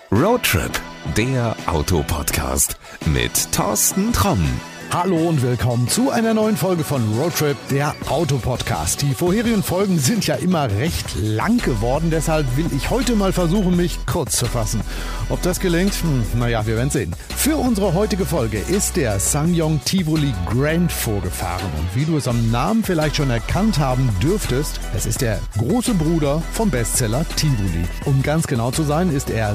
Roadtrip, der Autopodcast mit Thorsten Tromm. Hallo und willkommen zu einer neuen Folge von Roadtrip, der Autopodcast. Die vorherigen Folgen sind ja immer recht lang geworden, deshalb will ich heute mal versuchen, mich kurz zu fassen. Ob das gelingt? Naja, wir werden sehen. Für unsere heutige Folge ist der SsangYong Tivoli Grand vorgefahren. Und wie du es am Namen vielleicht schon erkannt haben dürftest, es ist der große Bruder vom Bestseller Tivoli. Um ganz genau zu sein, ist er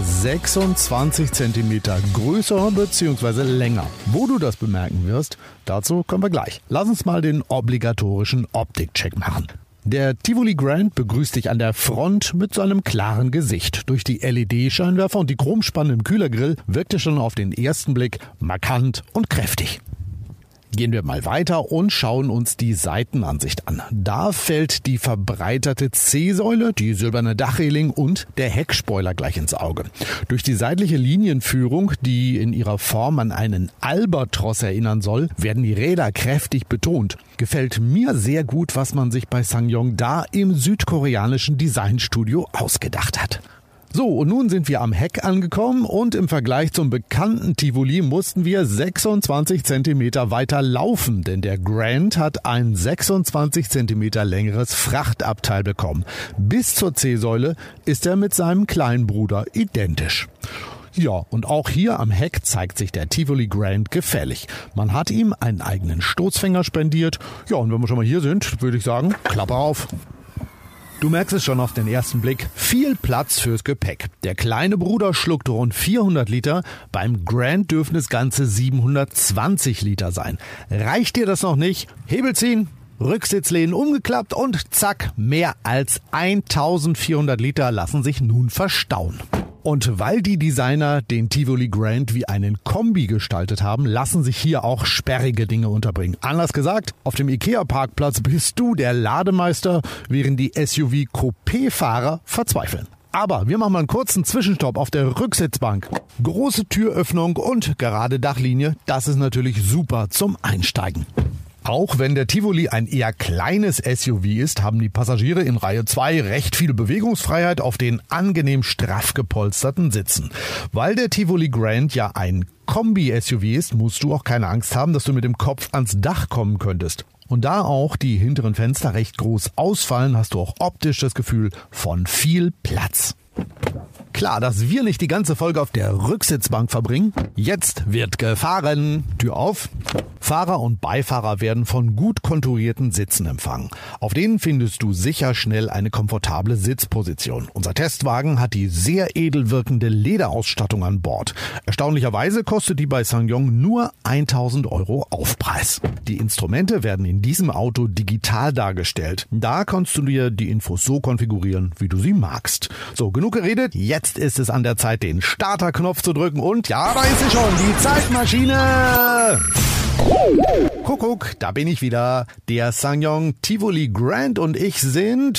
26 cm größer bzw. länger. Wo du das bemerken wirst, dazu kommen wir gleich. Lass uns mal den obligatorischen Optikcheck machen. Der Tivoli Grand begrüßt dich an der Front mit seinem klaren Gesicht. Durch die LED-Scheinwerfer und die Chromspannen im Kühlergrill wirkt er schon auf den ersten Blick markant und kräftig. Gehen wir mal weiter und schauen uns die Seitenansicht an. Da fällt die verbreiterte C-Säule, die silberne Dachreling und der Heckspoiler gleich ins Auge. Durch die seitliche Linienführung, die in ihrer Form an einen Albatros erinnern soll, werden die Räder kräftig betont. Gefällt mir sehr gut, was man sich bei SsangYong da im südkoreanischen Designstudio ausgedacht hat. So, und nun sind wir am Heck angekommen und im Vergleich zum bekannten Tivoli mussten wir 26 cm weiter laufen, denn der Grand hat ein 26 cm längeres Frachtabteil bekommen. Bis zur C-Säule ist er mit seinem kleinen Bruder identisch. Ja, und auch hier am Heck zeigt sich der Tivoli Grand gefällig. Man hat ihm einen eigenen Stoßfänger spendiert. Ja, und wenn wir schon mal hier sind, würde ich sagen, Klappe auf. Du merkst es schon auf den ersten Blick, viel Platz fürs Gepäck. Der kleine Bruder schluckt rund 400 Liter, beim Grand dürfen es ganze 720 Liter sein. Reicht dir das noch nicht? Hebel ziehen, Rücksitzlehnen umgeklappt und zack, mehr als 1400 Liter lassen sich nun verstauen. Und weil die Designer den Tivoli Grand wie einen Kombi gestaltet haben, lassen sich hier auch sperrige Dinge unterbringen. Anders gesagt, auf dem IKEA-Parkplatz bist du der Lademeister, während die SUV-Coupé-Fahrer verzweifeln. Aber wir machen mal einen kurzen Zwischenstopp auf der Rücksitzbank. Große Türöffnung und gerade Dachlinie, das ist natürlich super zum Einsteigen. Auch wenn der Tivoli ein eher kleines SUV ist, haben die Passagiere in Reihe 2 recht viel Bewegungsfreiheit auf den angenehm straff gepolsterten Sitzen. Weil der Tivoli Grand ja ein Kombi-SUV ist, musst du auch keine Angst haben, dass du mit dem Kopf ans Dach kommen könntest. Und da auch die hinteren Fenster recht groß ausfallen, hast du auch optisch das Gefühl von viel Platz. Klar, dass wir nicht die ganze Folge auf der Rücksitzbank verbringen. Jetzt wird gefahren. Tür auf. Fahrer und Beifahrer werden von gut konturierten Sitzen empfangen. Auf denen findest du sicher schnell eine komfortable Sitzposition. Unser Testwagen hat die sehr edel wirkende Lederausstattung an Bord. Erstaunlicherweise kostet die bei SsangYong nur 1.000 € Aufpreis. Die Instrumente werden in diesem Auto digital dargestellt. Da kannst du dir die Infos so konfigurieren, wie du sie magst. So, genug geredet. Jetzt ist es an der Zeit, den Starterknopf zu drücken und ja, da ist sie schon, die Zeitmaschine! Kuckuck, da bin ich wieder. Der SsangYong Tivoli Grand und ich sind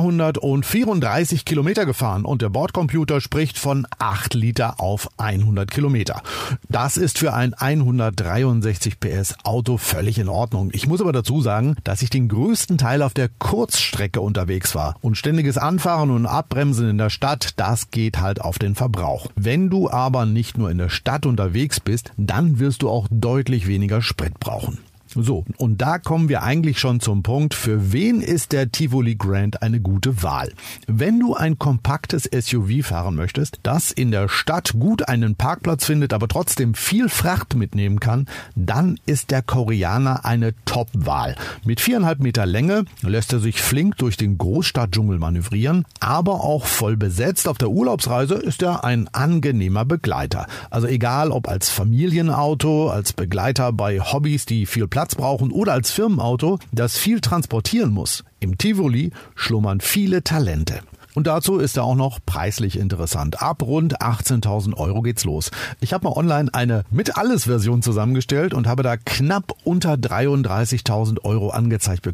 434 Kilometer gefahren und der Bordcomputer spricht von 8 Liter auf 100 Kilometer. Das ist für ein 163 PS Auto völlig in Ordnung. Ich muss aber dazu sagen, dass ich den größten Teil auf der Kurzstrecke unterwegs war. Und ständiges Anfahren und Abbremsen in der Stadt, das geht halt auf den Verbrauch. Wenn du aber nicht nur in der Stadt unterwegs bist, dann wirst du auch deutlich weniger Sprit brauchen. So, und da kommen wir eigentlich schon zum Punkt, für wen ist der Tivoli Grand eine gute Wahl? Wenn du ein kompaktes SUV fahren möchtest, das in der Stadt gut einen Parkplatz findet, aber trotzdem viel Fracht mitnehmen kann, dann ist der Koreaner eine Top-Wahl. Mit 4,5 Meter Länge lässt er sich flink durch den Großstadtdschungel manövrieren, aber auch voll besetzt auf der Urlaubsreise ist er ein angenehmer Begleiter. Also egal ob als Familienauto, als Begleiter bei Hobbys, die viel Platz brauchen oder als Firmenauto, das viel transportieren muss. Im Tivoli schlummern viele Talente. Und dazu ist er auch noch preislich interessant. Ab rund 18.000 € geht's los. Ich habe mal online eine Mit-Alles-Version zusammengestellt und habe da knapp unter 33.000 € angezeigt bekommen.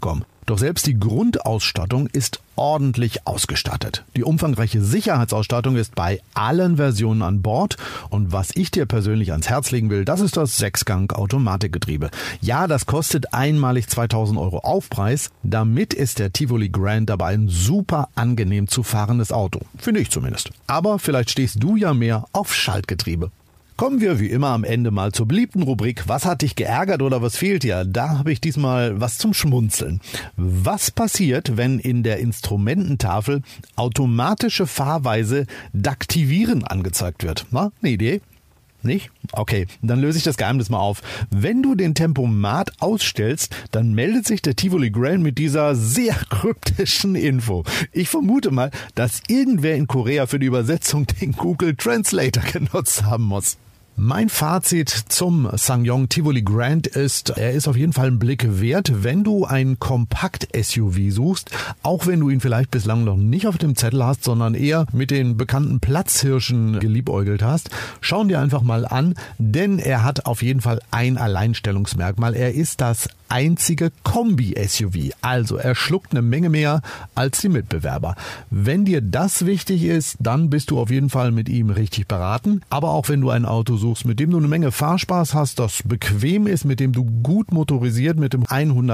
Doch selbst die Grundausstattung ist ordentlich ausgestattet. Die umfangreiche Sicherheitsausstattung ist bei allen Versionen an Bord. Und was ich dir persönlich ans Herz legen will, das ist das 6-Gang-Automatikgetriebe. Ja, das kostet einmalig 2.000 € Aufpreis. Damit ist der Tivoli Grand dabei ein super angenehm zu fahrendes Auto. Finde ich zumindest. Aber vielleicht stehst du ja mehr auf Schaltgetriebe. Kommen wir wie immer am Ende mal zur beliebten Rubrik Was hat dich geärgert oder was fehlt dir? Da habe ich diesmal was zum Schmunzeln. Was passiert, wenn in der Instrumententafel automatische Fahrweise Daktivieren angezeigt wird? Na, eine Idee? Nicht? Okay, dann löse ich das Geheimnis mal auf. Wenn du den Tempomat ausstellst, dann meldet sich der Tivoli Grand mit dieser sehr kryptischen Info. Ich vermute mal, dass irgendwer in Korea für die Übersetzung den Google Translator genutzt haben muss. Mein Fazit zum SsangYong Tivoli Grand ist, er ist auf jeden Fall einen Blick wert, wenn du ein Kompakt-SUV suchst, auch wenn du ihn vielleicht bislang noch nicht auf dem Zettel hast, sondern eher mit den bekannten Platzhirschen geliebäugelt hast. Schau ihn dir einfach mal an, denn er hat auf jeden Fall ein Alleinstellungsmerkmal. Er ist das einzige Kombi-SUV, also er schluckt eine Menge mehr als die Mitbewerber. Wenn dir das wichtig ist, dann bist du auf jeden Fall mit ihm richtig beraten, aber auch wenn du ein Auto suchst, mit dem du eine Menge Fahrspaß hast, das bequem ist, mit dem du gut motorisiert mit dem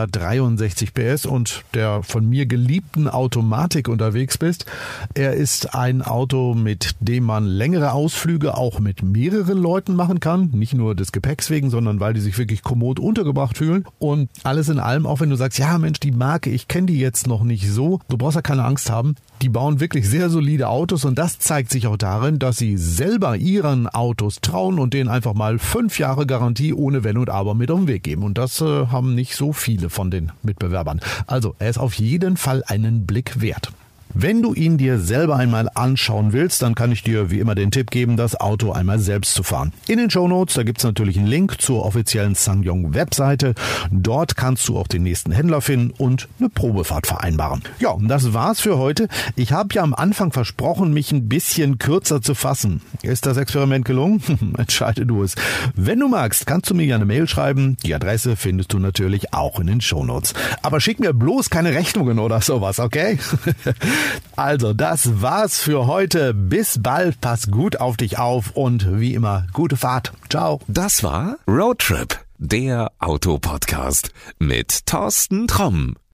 163 PS und der von mir geliebten Automatik unterwegs bist. Er ist ein Auto, mit dem man längere Ausflüge auch mit mehreren Leuten machen kann, nicht nur des Gepäcks wegen, sondern weil die sich wirklich kommod untergebracht fühlen. Und alles in allem, auch wenn du sagst, ja Mensch, die Marke, ich kenne die jetzt noch nicht so, du brauchst ja keine Angst haben, die bauen wirklich sehr solide Autos und das zeigt sich auch darin, dass sie selber ihren Autos trauen und denen einfach mal 5 Jahre Garantie ohne Wenn und Aber mit auf den Weg geben. Und das haben nicht so viele von den Mitbewerbern. Also er ist auf jeden Fall einen Blick wert. Wenn du ihn dir selber einmal anschauen willst, dann kann ich dir wie immer den Tipp geben, das Auto einmal selbst zu fahren. In den Shownotes, da gibt's natürlich einen Link zur offiziellen SsangYong Webseite. Dort kannst du auch den nächsten Händler finden und eine Probefahrt vereinbaren. Ja, und das war's für heute. Ich habe ja am Anfang versprochen, mich ein bisschen kürzer zu fassen. Ist das Experiment gelungen? Entscheide du es. Wenn du magst, kannst du mir ja eine Mail schreiben. Die Adresse findest du natürlich auch in den Shownotes. Aber schick mir bloß keine Rechnungen oder sowas, okay? Also, das war's für heute. Bis bald, pass gut auf dich auf und wie immer, gute Fahrt. Ciao. Das war Roadtrip, der Autopodcast mit Thorsten Tromm.